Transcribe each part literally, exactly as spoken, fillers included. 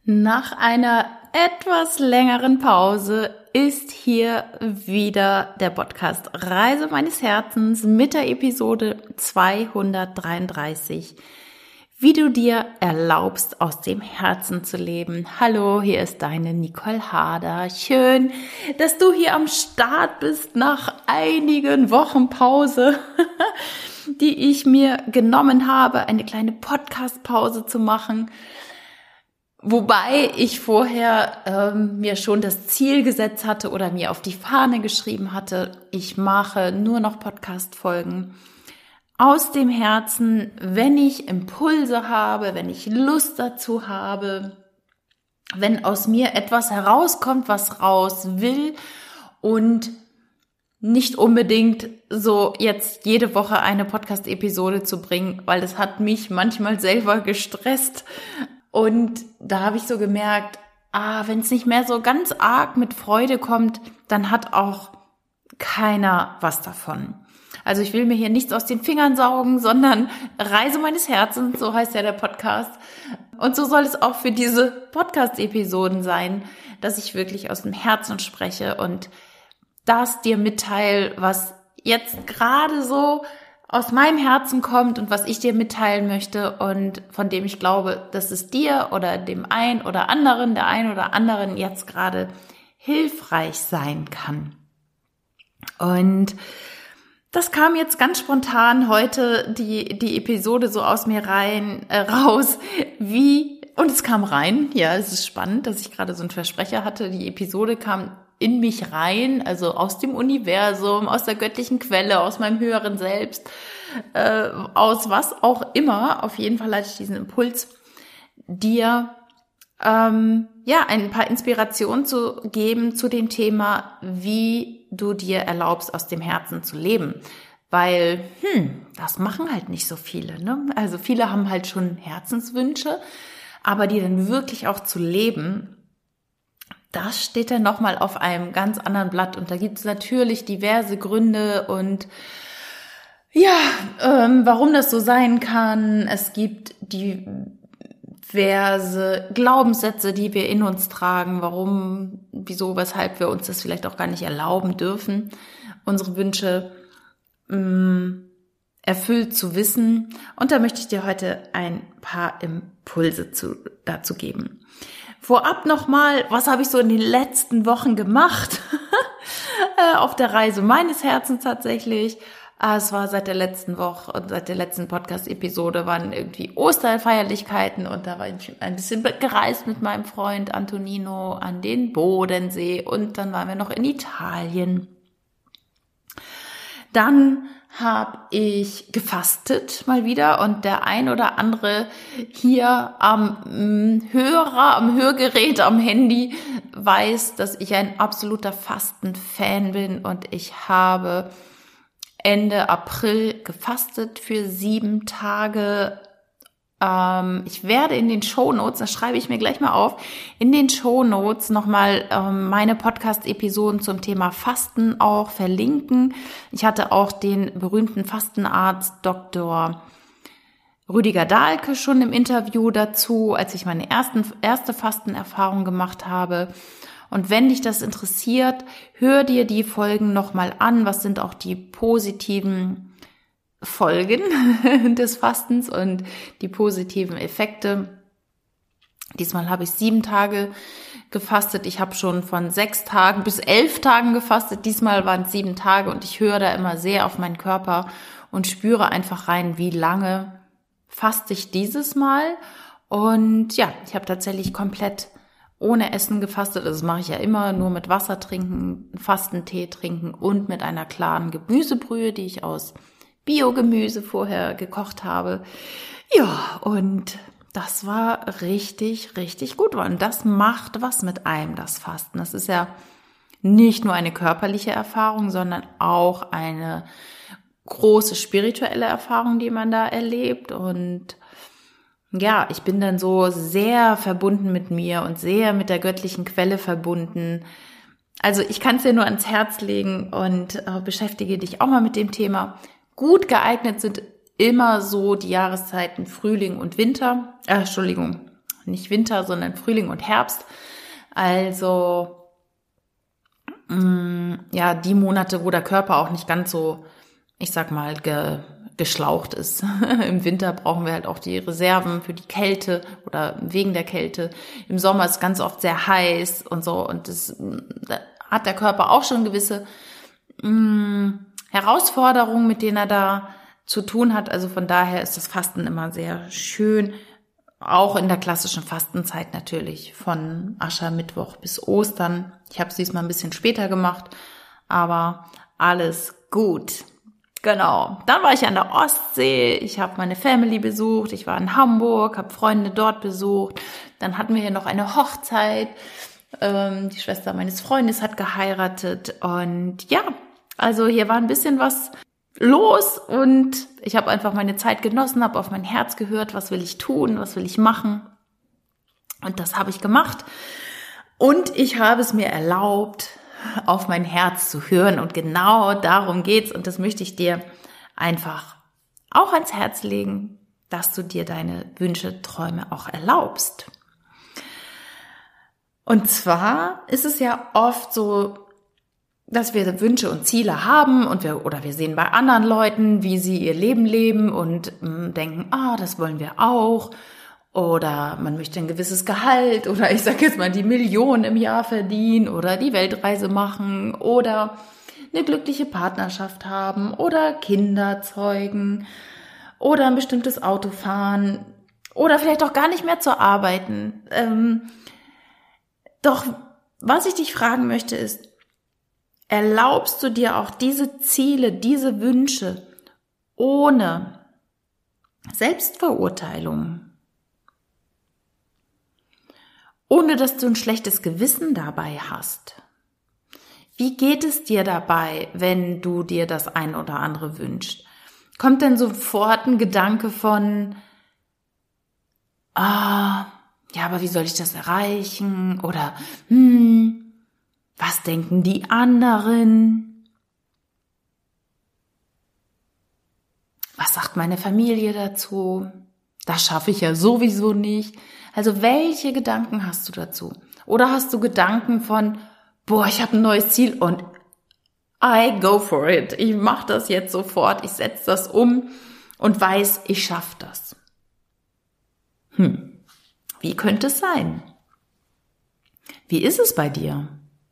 Nach einer etwas längeren Pause ist hier wieder der Podcast Reise meines Herzens mit der Episode zweihundertdreiunddreißig. Wie du dir erlaubst, aus dem Herzen zu leben. Hallo, hier ist deine Nicole Harder. Schön, dass du hier am Start bist nach einigen Wochen Pause, die ich mir genommen habe, eine kleine Podcast-Pause zu machen. Wobei ich vorher ähm, mir schon das Ziel gesetzt hatte oder mir auf die Fahne geschrieben hatte, ich mache nur noch Podcast-Folgen aus dem Herzen, wenn ich Impulse habe, wenn ich Lust dazu habe, wenn aus mir etwas herauskommt, was raus will und nicht unbedingt so jetzt jede Woche eine Podcast-Episode zu bringen, weil das hat mich manchmal selber gestresst. Und da habe ich so gemerkt, ah, wenn es nicht mehr so ganz arg mit Freude kommt, dann hat auch keiner was davon. Also ich will mir hier nichts aus den Fingern saugen, sondern Reise meines Herzens, so heißt ja der Podcast. Und so soll es auch für diese Podcast-Episoden sein, dass ich wirklich aus dem Herzen spreche und das dir mitteile, was jetzt gerade so aus meinem Herzen kommt und was ich dir mitteilen möchte und von dem ich glaube, dass es dir oder dem einen oder anderen, der einen oder anderen jetzt gerade hilfreich sein kann. Und das kam jetzt ganz spontan heute die die Episode so aus mir rein äh, raus, wie und es kam rein. Ja, es ist spannend, dass ich gerade so einen Versprecher hatte. Die Episode kam in mich rein, also aus dem Universum, aus der göttlichen Quelle, aus meinem höheren Selbst, äh, aus was auch immer. Auf jeden Fall hatte ich diesen Impuls, dir ähm, ja ein paar Inspirationen zu geben zu dem Thema, wie du dir erlaubst, aus dem Herzen zu leben. Weil, hm, das machen halt nicht so viele, ne? Also viele haben halt schon Herzenswünsche, aber die dann wirklich auch zu leben, das steht dann nochmal auf einem ganz anderen Blatt. Und da gibt es natürlich diverse Gründe und ja, ähm, warum das so sein kann. Es gibt diverse Glaubenssätze, die wir in uns tragen, warum, wieso, weshalb wir uns das vielleicht auch gar nicht erlauben dürfen, unsere Wünsche mh, erfüllt zu wissen. Und da möchte ich dir heute ein paar Impulse zu, dazu geben. Vorab nochmal, was habe ich so in den letzten Wochen gemacht? Auf der Reise meines Herzens tatsächlich. Es war seit der letzten Woche und seit der letzten Podcast-Episode waren irgendwie Osterfeierlichkeiten und da war ich ein bisschen gereist mit meinem Freund Antonino an den Bodensee und dann waren wir noch in Italien. Dann habe ich gefastet mal wieder und der ein oder andere hier am Hörer, am Hörgerät, am Handy weiß, dass ich ein absoluter Fasten-Fan bin und ich habe Ende April gefastet für sieben Tage. Ähm, ich werde in den Shownotes, das schreibe ich mir gleich mal auf, in den Shownotes nochmal ähm, meine Podcast-Episoden zum Thema Fasten auch verlinken. Ich hatte auch den berühmten Fastenarzt Doktor Rüdiger Dahlke schon im Interview dazu, als ich meine ersten, erste Fastenerfahrung gemacht habe. Und wenn dich das interessiert, hör dir die Folgen nochmal an. Was sind auch die positiven Folgen des Fastens und die positiven Effekte? Diesmal habe ich sieben Tage gefastet. Ich habe schon von sechs Tagen bis elf Tagen gefastet. Diesmal waren es sieben Tage und ich höre da immer sehr auf meinen Körper und spüre einfach rein, wie lange faste ich dieses Mal. Und ja, ich habe tatsächlich komplett ohne Essen gefastet. Das mache ich ja immer, nur mit Wasser trinken, Fastentee trinken und mit einer klaren Gemüsebrühe, die ich aus Biogemüse vorher gekocht habe. Ja, und das war richtig, richtig gut. Und das macht was mit einem, das Fasten. Das ist ja nicht nur eine körperliche Erfahrung, sondern auch eine große spirituelle Erfahrung, die man da erlebt. Und ja, ich bin dann so sehr verbunden mit mir und sehr mit der göttlichen Quelle verbunden. Also ich kann es dir nur ans Herz legen und äh, beschäftige dich auch mal mit dem Thema. Gut geeignet sind immer so die Jahreszeiten Frühling und Winter. Äh, Entschuldigung, nicht Winter, sondern Frühling und Herbst. Also mh, ja, die Monate, wo der Körper auch nicht ganz so, ich sag mal, ge, geschlaucht ist. Im Winter brauchen wir halt auch die Reserven für die Kälte oder wegen der Kälte. Im Sommer ist es ganz oft sehr heiß und so, und das da hat der Körper auch schon gewisse mh, Herausforderungen, mit denen er da zu tun hat. Also von daher ist das Fasten immer sehr schön, auch in der klassischen Fastenzeit natürlich, von Aschermittwoch bis Ostern. Ich habe es diesmal ein bisschen später gemacht, aber alles gut. Genau, dann war ich an der Ostsee, ich habe meine Family besucht, ich war in Hamburg, habe Freunde dort besucht, dann hatten wir hier noch eine Hochzeit, ähm, die Schwester meines Freundes hat geheiratet und ja, also hier war ein bisschen was los und ich habe einfach meine Zeit genossen, habe auf mein Herz gehört, was will ich tun, was will ich machen, und das habe ich gemacht und ich habe es mir erlaubt, auf mein Herz zu hören, und genau darum geht's, und das möchte ich dir einfach auch ans Herz legen, dass du dir deine Wünsche, Träume auch erlaubst. Und zwar ist es ja oft so, dass wir Wünsche und Ziele haben und wir oder wir sehen bei anderen Leuten, wie sie ihr Leben leben und mh, denken, ah, das wollen wir auch. Oder man möchte ein gewisses Gehalt oder ich sage jetzt mal die Million im Jahr verdienen oder die Weltreise machen oder eine glückliche Partnerschaft haben oder Kinder zeugen oder ein bestimmtes Auto fahren oder vielleicht auch gar nicht mehr zu arbeiten. Ähm, doch was ich dich fragen möchte ist, erlaubst du dir auch diese Ziele, diese Wünsche ohne Selbstverurteilung? Ohne dass du ein schlechtes Gewissen dabei hast. Wie geht es dir dabei, wenn du dir das ein oder andere wünschst? Kommt denn sofort ein Gedanke von, ah, ja, aber wie soll ich das erreichen? Oder, hm, was denken die anderen? Was sagt meine Familie dazu? Das schaffe ich ja sowieso nicht. Also welche Gedanken hast du dazu? Oder hast du Gedanken von, boah, ich habe ein neues Ziel und I go for it. Ich mache das jetzt sofort, ich setze das um und weiß, ich schaffe das. Hm, wie könnte es sein? Wie ist es bei dir?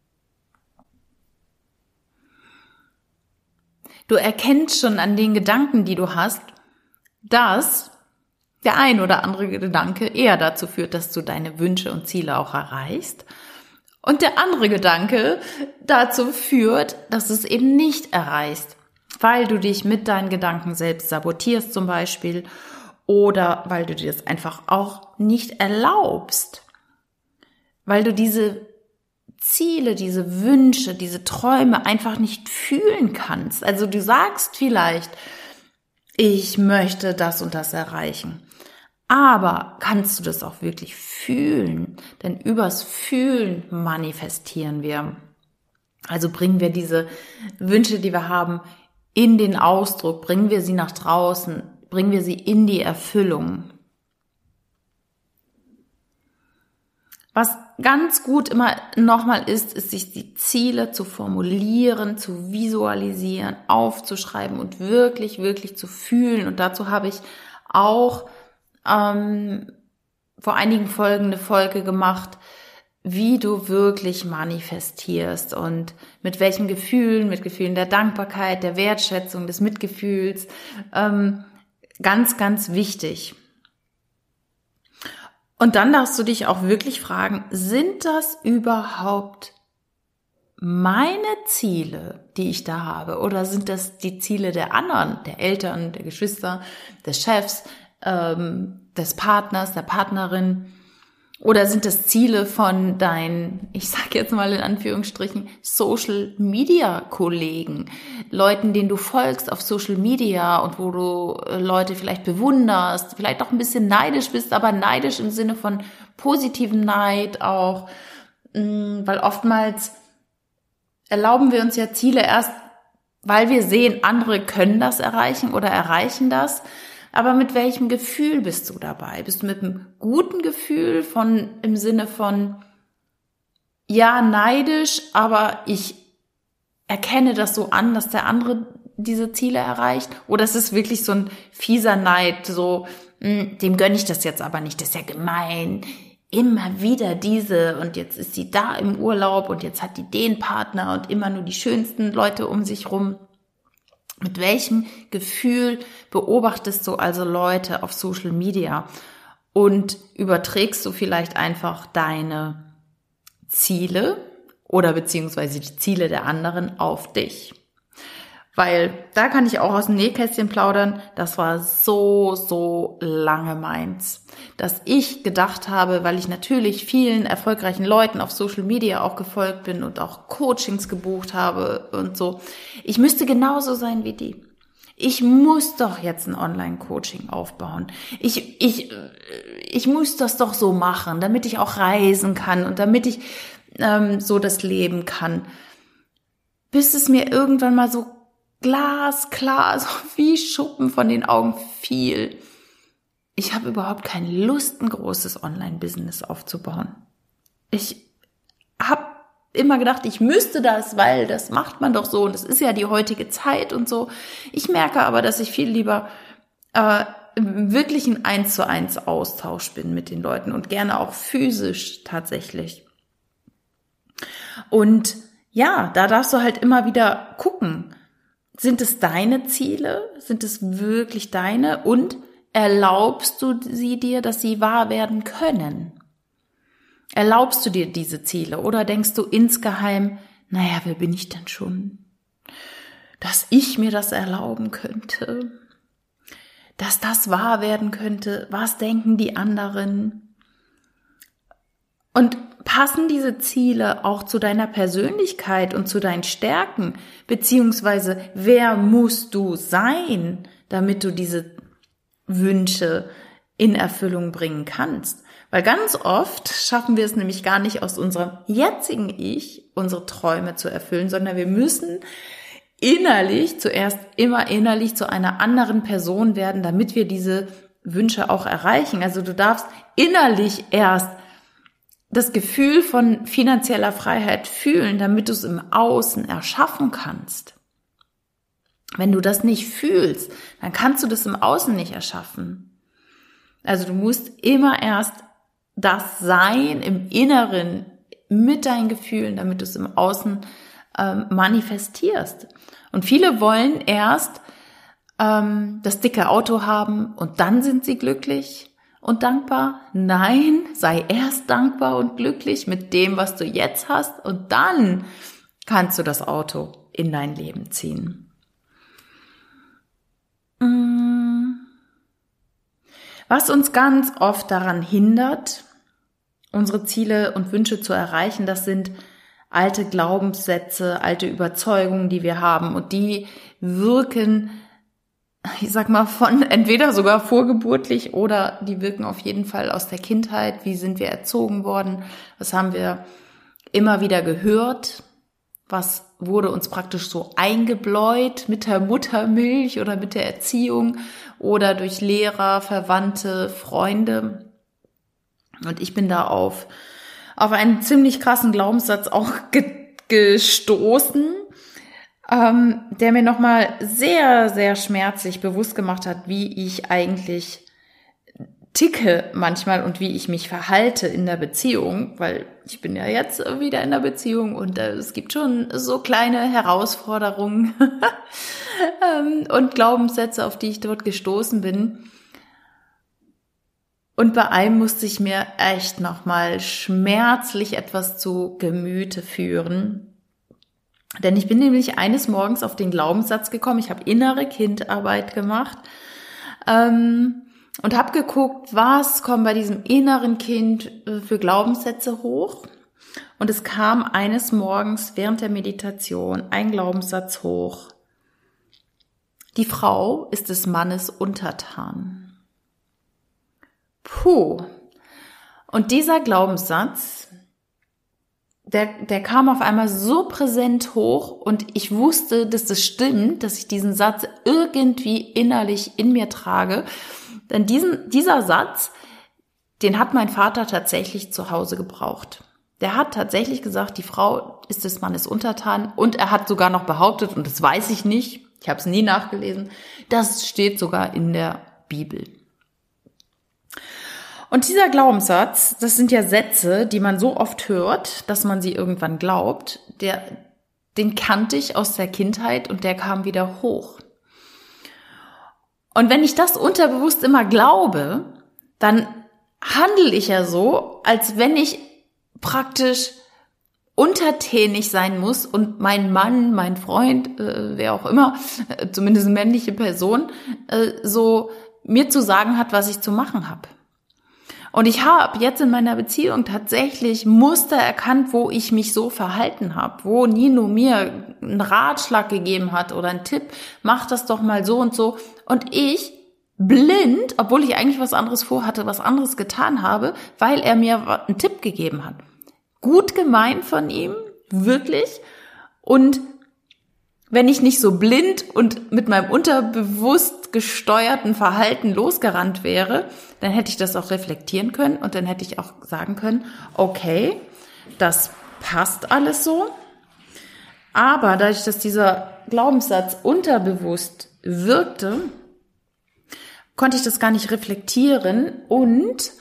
Du erkennst schon an den Gedanken, die du hast, dass der ein oder andere Gedanke eher dazu führt, dass du deine Wünsche und Ziele auch erreichst. Und der andere Gedanke dazu führt, dass du es eben nicht erreichst, weil du dich mit deinen Gedanken selbst sabotierst zum Beispiel oder weil du dir das einfach auch nicht erlaubst, weil du diese Ziele, diese Wünsche, diese Träume einfach nicht fühlen kannst. Also du sagst vielleicht, ich möchte das und das erreichen. Aber kannst du das auch wirklich fühlen? Denn übers Fühlen manifestieren wir. Also bringen wir diese Wünsche, die wir haben, in den Ausdruck, bringen wir sie nach draußen, bringen wir sie in die Erfüllung. Was ganz gut immer nochmal ist, ist, sich die Ziele zu formulieren, zu visualisieren, aufzuschreiben und wirklich, wirklich zu fühlen. Und dazu habe ich auch ähm, vor einigen Folgen eine Folge gemacht, wie du wirklich manifestierst und mit welchen Gefühlen, mit Gefühlen der Dankbarkeit, der Wertschätzung, des Mitgefühls. Ähm, ganz, ganz wichtig. Und dann darfst du dich auch wirklich fragen, sind das überhaupt meine Ziele, die ich da habe? Oder sind das die Ziele der anderen, der Eltern, der Geschwister, des Chefs, ähm, des Partners, der Partnerin? Oder sind das Ziele von deinen, ich sage jetzt mal in Anführungsstrichen, Social-Media-Kollegen, Leuten, denen du folgst auf Social Media und wo du Leute vielleicht bewunderst, vielleicht auch ein bisschen neidisch bist, aber neidisch im Sinne von positivem Neid auch, weil oftmals erlauben wir uns ja Ziele erst, weil wir sehen, andere können das erreichen oder erreichen das. Aber mit welchem Gefühl bist du dabei? Bist du mit einem guten Gefühl von, im Sinne von, ja, neidisch, aber ich erkenne das so an, dass der andere diese Ziele erreicht? Oder ist es wirklich so ein fieser Neid, so, mh, dem gönne ich das jetzt aber nicht, das ist ja gemein. Immer wieder diese und jetzt ist sie da im Urlaub und jetzt hat die den Partner und immer nur die schönsten Leute um sich rum. Mit welchem Gefühl beobachtest du also Leute auf Social Media und überträgst du vielleicht einfach deine Ziele oder beziehungsweise die Ziele der anderen auf dich? Weil da kann ich auch aus dem Nähkästchen plaudern, das war so, so lange meins, dass ich gedacht habe, weil ich natürlich vielen erfolgreichen Leuten auf Social Media auch gefolgt bin und auch Coachings gebucht habe und so, ich müsste genauso sein wie die. Ich muss doch jetzt ein Online-Coaching aufbauen. Ich, ich, ich muss das doch so machen, damit ich auch reisen kann und damit ich ähm, so das leben kann. Bis es mir irgendwann mal so glasklar, so wie Schuppen von den Augen fiel. Ich habe überhaupt keine Lust, ein großes Online-Business aufzubauen. Ich habe immer gedacht, ich müsste das, weil das macht man doch so und das ist ja die heutige Zeit und so. Ich merke aber, dass ich viel lieber äh, wirklich ein eins zu eins Austausch bin mit den Leuten und gerne auch physisch tatsächlich. Und ja, da darfst du halt immer wieder gucken, sind es deine Ziele? Sind es wirklich deine? Und erlaubst du sie dir, dass sie wahr werden können? Erlaubst du dir diese Ziele? Oder denkst du insgeheim, naja, wer bin ich denn schon? Dass ich mir das erlauben könnte? Dass das wahr werden könnte? Was denken die anderen? Und passen diese Ziele auch zu deiner Persönlichkeit und zu deinen Stärken? Beziehungsweise, wer musst du sein, damit du diese Wünsche in Erfüllung bringen kannst? Weil ganz oft schaffen wir es nämlich gar nicht aus unserem jetzigen Ich, unsere Träume zu erfüllen, sondern wir müssen innerlich, zuerst immer innerlich zu einer anderen Person werden, damit wir diese Wünsche auch erreichen. Also du darfst innerlich erst das Gefühl von finanzieller Freiheit fühlen, damit du es im Außen erschaffen kannst. Wenn du das nicht fühlst, dann kannst du das im Außen nicht erschaffen. Also du musst immer erst das sein im Inneren mit deinen Gefühlen, damit du es im Außen ähm, manifestierst. Und viele wollen erst ähm, das dicke Auto haben und dann sind sie glücklich und dankbar. Nein, sei erst dankbar und glücklich mit dem, was du jetzt hast und dann kannst du das Auto in dein Leben ziehen. Was uns ganz oft daran hindert, unsere Ziele und Wünsche zu erreichen, das sind alte Glaubenssätze, alte Überzeugungen, die wir haben und die wirken, ich sag mal, von entweder sogar vorgeburtlich oder die wirken auf jeden Fall aus der Kindheit. Wie sind wir erzogen worden? Was haben wir immer wieder gehört? Was wurde uns praktisch so eingebläut mit der Muttermilch oder mit der Erziehung oder durch Lehrer, Verwandte, Freunde? Und ich bin da auf, auf einen ziemlich krassen Glaubenssatz auch ge- gestoßen, ähm, der mir nochmal sehr, sehr schmerzlich bewusst gemacht hat, wie ich eigentlich ticke manchmal und wie ich mich verhalte in der Beziehung, weil ich bin ja jetzt wieder in der Beziehung und äh, es gibt schon so kleine Herausforderungen ähm, und Glaubenssätze, auf die ich dort gestoßen bin. Und bei einem musste ich mir echt nochmal schmerzlich etwas zu Gemüte führen. Denn ich bin nämlich eines Morgens auf den Glaubenssatz gekommen, ich habe innere Kindarbeit gemacht, ähm, und habe geguckt, was kommen bei diesem inneren Kind für Glaubenssätze hoch. Und es kam eines Morgens während der Meditation ein Glaubenssatz hoch. Die Frau ist des Mannes untertan. Puh. Und dieser Glaubenssatz, der, der kam auf einmal so präsent hoch und ich wusste, dass das stimmt, dass ich diesen Satz irgendwie innerlich in mir trage. Denn diesen, dieser Satz, den hat mein Vater tatsächlich zu Hause gebraucht. Der hat tatsächlich gesagt, die Frau ist des Mannes untertan, und er hat sogar noch behauptet, und das weiß ich nicht, ich habe es nie nachgelesen, das steht sogar in der Bibel. Und dieser Glaubenssatz, das sind ja Sätze, die man so oft hört, dass man sie irgendwann glaubt, der, den kannte ich aus der Kindheit und der kam wieder hoch. Und wenn ich das unterbewusst immer glaube, dann handle ich ja so, als wenn ich praktisch untertänig sein muss und mein Mann, mein Freund, äh, wer auch immer, äh, zumindest eine männliche Person, äh, so mir zu sagen hat, was ich zu machen habe. Und ich habe jetzt in meiner Beziehung tatsächlich Muster erkannt, wo ich mich so verhalten habe, wo Nino mir einen Ratschlag gegeben hat oder einen Tipp, mach das doch mal so und so. Und ich blind, obwohl ich eigentlich was anderes vorhatte, was anderes getan habe, weil er mir einen Tipp gegeben hat. Gut gemeint von ihm, wirklich. Und wenn ich nicht so blind und mit meinem unterbewusst gesteuerten Verhalten losgerannt wäre, dann hätte ich das auch reflektieren können und dann hätte ich auch sagen können, okay, das passt alles so. Aber dadurch, dass dieser Glaubenssatz unterbewusst wirkte, konnte ich das gar nicht reflektieren und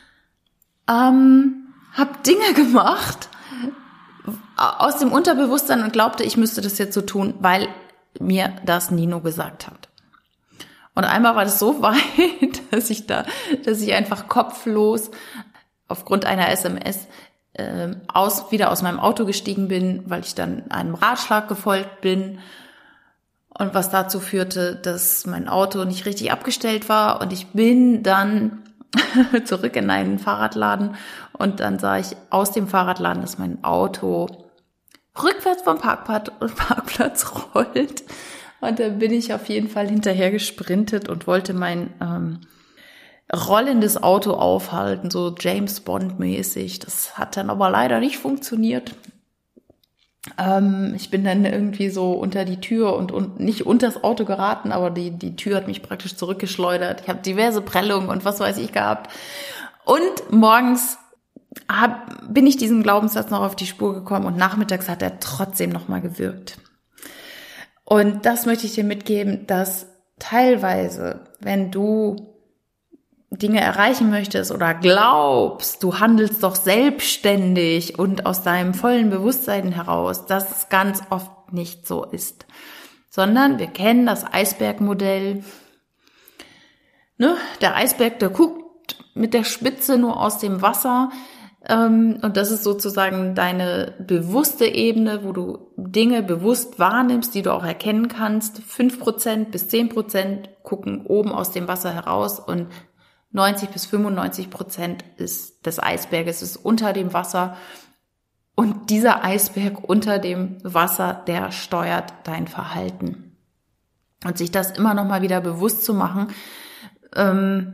ähm, habe Dinge gemacht aus dem Unterbewusstsein und glaubte, ich müsste das jetzt so tun, weil mir das Nino gesagt hat. Und einmal war das so weit, dass ich da, dass ich einfach kopflos aufgrund einer S M S äh, aus, wieder aus meinem Auto gestiegen bin, weil ich dann einem Ratschlag gefolgt bin. Und was dazu führte, dass mein Auto nicht richtig abgestellt war. Und ich bin dann zurück in einen Fahrradladen. Und dann sah ich aus dem Fahrradladen, dass mein Auto rückwärts vom Parkplatz rollt. Und da bin ich auf jeden Fall hinterher gesprintet und wollte mein ähm, rollendes Auto aufhalten, so James Bond mäßig. Das hat dann aber leider nicht funktioniert. Ähm, ich bin dann irgendwie so unter die Tür und, und nicht unter das Auto geraten, aber die, die Tür hat mich praktisch zurückgeschleudert. Ich habe diverse Prellungen und was weiß ich gehabt. Und morgens hab, bin ich diesem Glaubenssatz noch auf die Spur gekommen und nachmittags hat er trotzdem nochmal gewirkt. Und das möchte ich dir mitgeben, dass teilweise, wenn du Dinge erreichen möchtest oder glaubst, du handelst doch selbstständig und aus deinem vollen Bewusstsein heraus, dass es ganz oft nicht so ist. Sondern wir kennen das Eisbergmodell. Ne? Der Eisberg, der guckt mit der Spitze nur aus dem Wasser. Und das ist sozusagen deine bewusste Ebene, wo du Dinge bewusst wahrnimmst, die du auch erkennen kannst. fünf Prozent bis zehn Prozent gucken oben aus dem Wasser heraus und neunzig bis fünfundneunzig Prozent ist des Eisberges ist unter dem Wasser. Und dieser Eisberg unter dem Wasser, der steuert dein Verhalten. Und sich das immer noch mal wieder bewusst zu machen, ähm,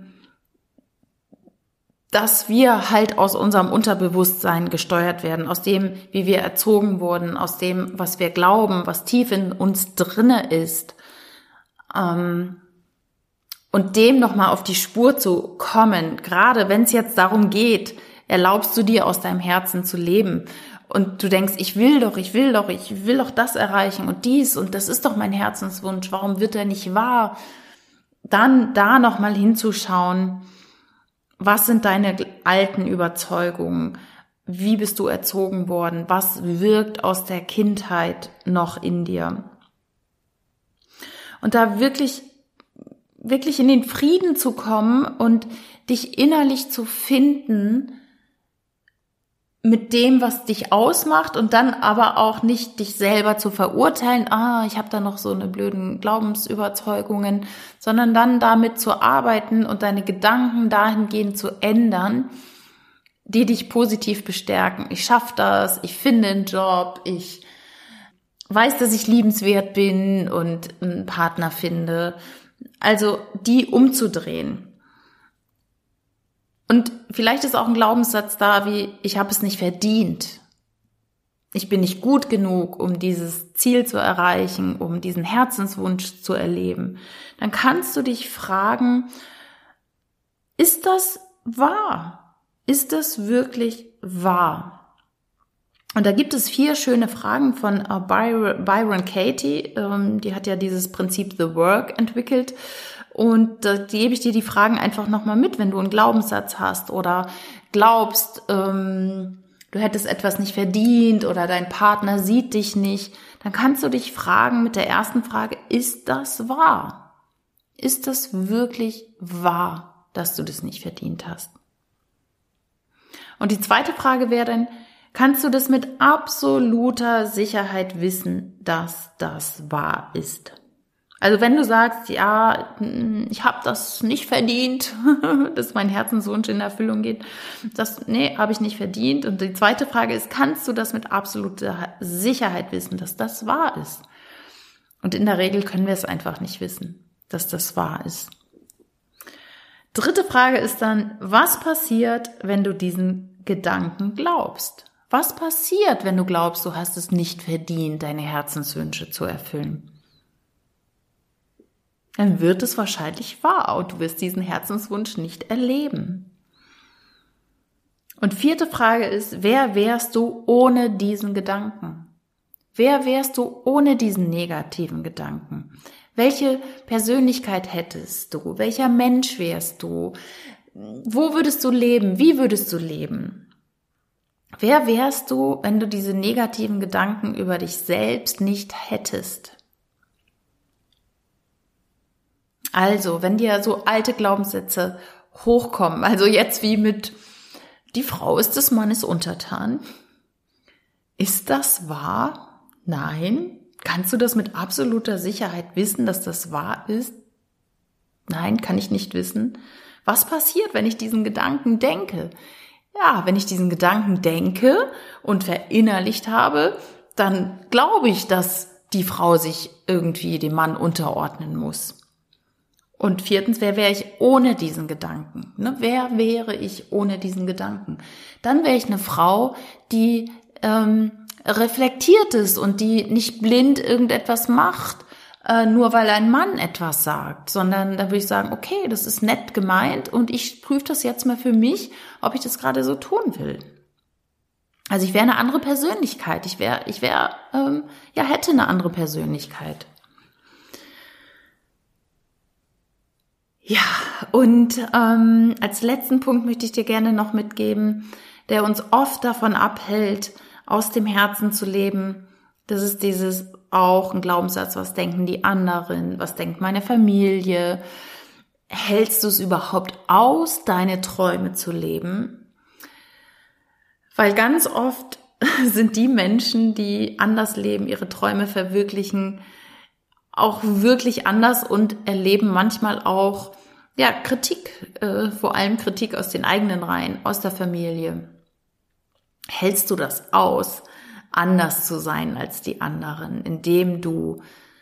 dass wir halt aus unserem Unterbewusstsein gesteuert werden, aus dem, wie wir erzogen wurden, aus dem, was wir glauben, was tief in uns drinne ist. Ähm, und dem nochmal auf die Spur zu kommen, gerade wenn es jetzt darum geht, erlaubst du dir aus deinem Herzen zu leben und du denkst, ich will doch, ich will doch, ich will doch das erreichen und dies und das ist doch mein Herzenswunsch, warum wird er nicht wahr? Dann da nochmal hinzuschauen, was sind deine alten Überzeugungen? Wie bist du erzogen worden? Was wirkt aus der Kindheit noch in dir? Und da wirklich, wirklich in den Frieden zu kommen und dich innerlich zu finden mit dem, was dich ausmacht und dann aber auch nicht dich selber zu verurteilen, ah, ich habe da noch so eine blöden Glaubensüberzeugungen, sondern dann damit zu arbeiten und deine Gedanken dahingehend zu ändern, die dich positiv bestärken. Ich schaffe das, ich finde einen Job, ich weiß, dass ich liebenswert bin und einen Partner finde. Also die umzudrehen. Und vielleicht ist auch ein Glaubenssatz da wie, ich habe es nicht verdient. ich bin nicht gut genug, um dieses Ziel zu erreichen, um diesen Herzenswunsch zu erleben, dann kannst du dich fragen, ist das wahr? Ist das wirklich wahr? Und da gibt es vier schöne Fragen von Byron Katie, die hat ja dieses Prinzip The Work entwickelt. Und da gebe ich dir die Fragen einfach nochmal mit, wenn du einen Glaubenssatz hast oder glaubst, ähm, du hättest etwas nicht verdient oder dein Partner sieht dich nicht, dann kannst du dich fragen mit der ersten Frage, ist das wahr? Ist das wirklich wahr, dass du das nicht verdient hast? Und die zweite Frage wäre dann, kannst du das mit absoluter Sicherheit wissen, dass das wahr ist? Also wenn du sagst, ja, ich habe das nicht verdient, dass mein Herzenswunsch in Erfüllung geht, das, nee, habe ich nicht verdient. Und die zweite Frage ist, kannst du das mit absoluter Sicherheit wissen, dass das wahr ist? Und in der Regel können wir es einfach nicht wissen, dass das wahr ist. Dritte Frage ist dann, was passiert, wenn du diesen Gedanken glaubst? Was passiert, wenn du glaubst, du hast es nicht verdient, deine Herzenswünsche zu erfüllen? Dann wird es wahrscheinlich wahr und du wirst diesen Herzenswunsch nicht erleben. Und vierte Frage ist, wer wärst du ohne diesen Gedanken? Wer wärst du ohne diesen negativen Gedanken? Welche Persönlichkeit hättest du? Welcher Mensch wärst du? Wo würdest du leben? Wie würdest du leben? Wer wärst du, wenn du diese negativen Gedanken über dich selbst nicht hättest? Also, wenn dir so alte Glaubenssätze hochkommen, also jetzt wie mit, die Frau ist des Mannes untertan. Ist das wahr? Nein. Kannst du das mit absoluter Sicherheit wissen, dass das wahr ist? Nein, kann ich nicht wissen. Was passiert, wenn ich diesen Gedanken denke? Ja, wenn ich diesen Gedanken denke und verinnerlicht habe, dann glaube ich, dass die Frau sich irgendwie dem Mann unterordnen muss. Und viertens, wer wäre ich ohne diesen Gedanken? Ne? Wer wäre ich ohne diesen Gedanken? Dann wäre ich eine Frau, die ähm, reflektiert ist und die nicht blind irgendetwas macht, äh, nur weil ein Mann etwas sagt, sondern da würde ich sagen, okay, das ist nett gemeint und ich prüfe das jetzt mal für mich, ob ich das gerade so tun will. Also ich wäre eine andere Persönlichkeit. Ich wäre, ich wäre, ähm, ja, hätte eine andere Persönlichkeit. Ja, und ähm, als letzten Punkt möchte ich dir gerne noch mitgeben, der uns oft davon abhält, aus dem Herzen zu leben. Das ist dieses auch ein Glaubenssatz, was denken die anderen, was denkt meine Familie? Hältst du es überhaupt aus, deine Träume zu leben? Weil ganz oft sind die Menschen, die anders leben, ihre Träume verwirklichen, auch wirklich anders und erleben manchmal auch ja Kritik, äh, vor allem Kritik aus den eigenen Reihen, aus der Familie. Hältst du das aus, anders zu sein als die anderen, indem du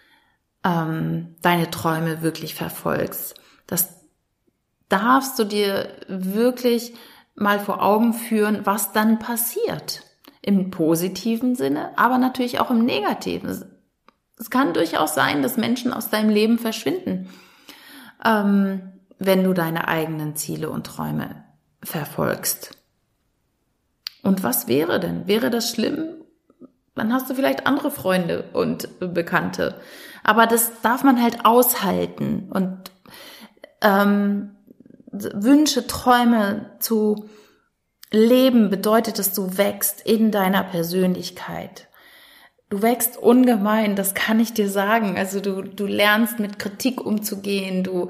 ähm, deine Träume wirklich verfolgst? Das darfst du dir wirklich mal vor Augen führen, was dann passiert. Im positiven Sinne, aber natürlich auch im negativen. Es kann durchaus sein, dass Menschen aus deinem Leben verschwinden, ähm, wenn du deine eigenen Ziele und Träume verfolgst. Und was wäre denn? Wäre das schlimm? Dann hast du vielleicht andere Freunde und Bekannte. Aber das darf man halt aushalten. Und ähm, Wünsche, Träume zu leben bedeutet, dass du wächst in deiner Persönlichkeit. Du wächst ungemein, das kann ich dir sagen. Also du, du lernst mit Kritik umzugehen, du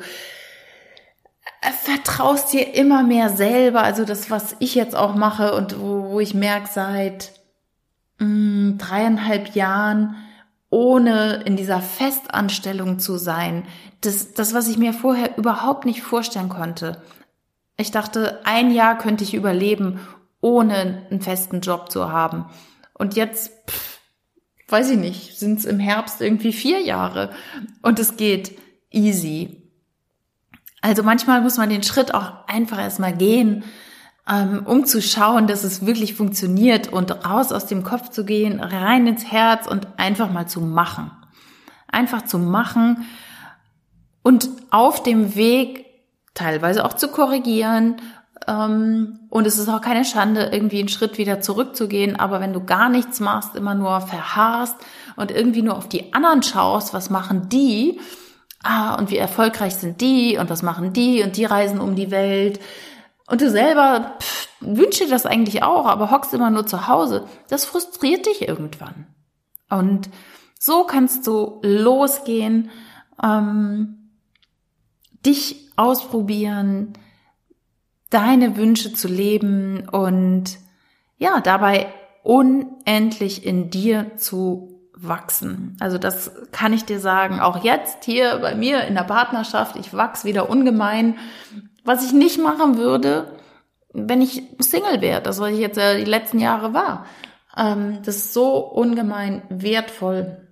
vertraust dir immer mehr selber. Also das, was ich jetzt auch mache und wo, wo ich merke, seit mh, dreieinhalb Jahren, ohne in dieser Festanstellung zu sein, das, das, was ich mir vorher überhaupt nicht vorstellen konnte. Ich dachte, ein Jahr könnte ich überleben, ohne einen festen Job zu haben. Und jetzt, pff, weiß ich nicht, sind es im Herbst irgendwie vier Jahre und es geht easy. Also manchmal muss man den Schritt auch einfach erstmal gehen, ähm, um zu schauen, dass es wirklich funktioniert und raus aus dem Kopf zu gehen, rein ins Herz und einfach mal zu machen. Einfach zu machen und auf dem Weg teilweise auch zu korrigieren. Und es ist auch keine Schande, irgendwie einen Schritt wieder zurückzugehen. Aber wenn du gar nichts machst, immer nur verharrst und irgendwie nur auf die anderen schaust, was machen die? Ah, und wie erfolgreich sind die? Und was machen die? Und die reisen um die Welt. Und du selber pff, wünschst dir das eigentlich auch, aber hockst immer nur zu Hause. Das frustriert dich irgendwann. Und so kannst du losgehen, ähm, dich ausprobieren, deine Wünsche zu leben und ja, dabei unendlich in dir zu wachsen. Also das kann ich dir sagen, auch jetzt hier bei mir in der Partnerschaft, ich wachse wieder ungemein, was ich nicht machen würde, wenn ich Single wäre, das was ich jetzt äh, die letzten Jahre war. Ähm, das ist so ungemein wertvoll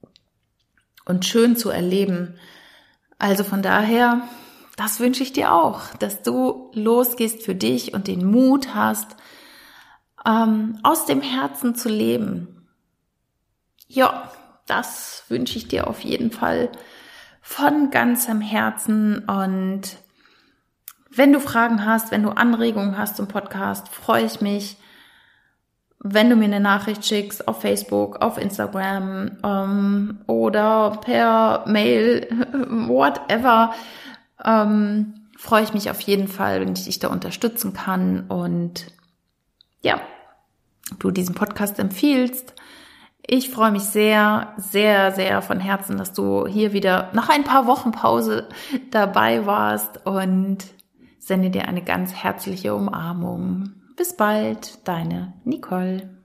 und schön zu erleben. Also von daher, das wünsche ich dir auch, dass du losgehst für dich und den Mut hast, ähm, aus dem Herzen zu leben. Ja, das wünsche ich dir auf jeden Fall von ganzem Herzen. Und wenn du Fragen hast, wenn du Anregungen hast zum Podcast, freue ich mich, wenn du mir eine Nachricht schickst auf Facebook, auf Instagram ähm, oder per Mail, whatever. Ähm, freue ich mich auf jeden Fall, wenn ich dich da unterstützen kann und ja, du diesen Podcast empfiehlst. Ich freue mich sehr, sehr, sehr von Herzen, dass du hier wieder nach ein paar Wochen Pause dabei warst und sende dir eine ganz herzliche Umarmung. Bis bald, deine Nicole.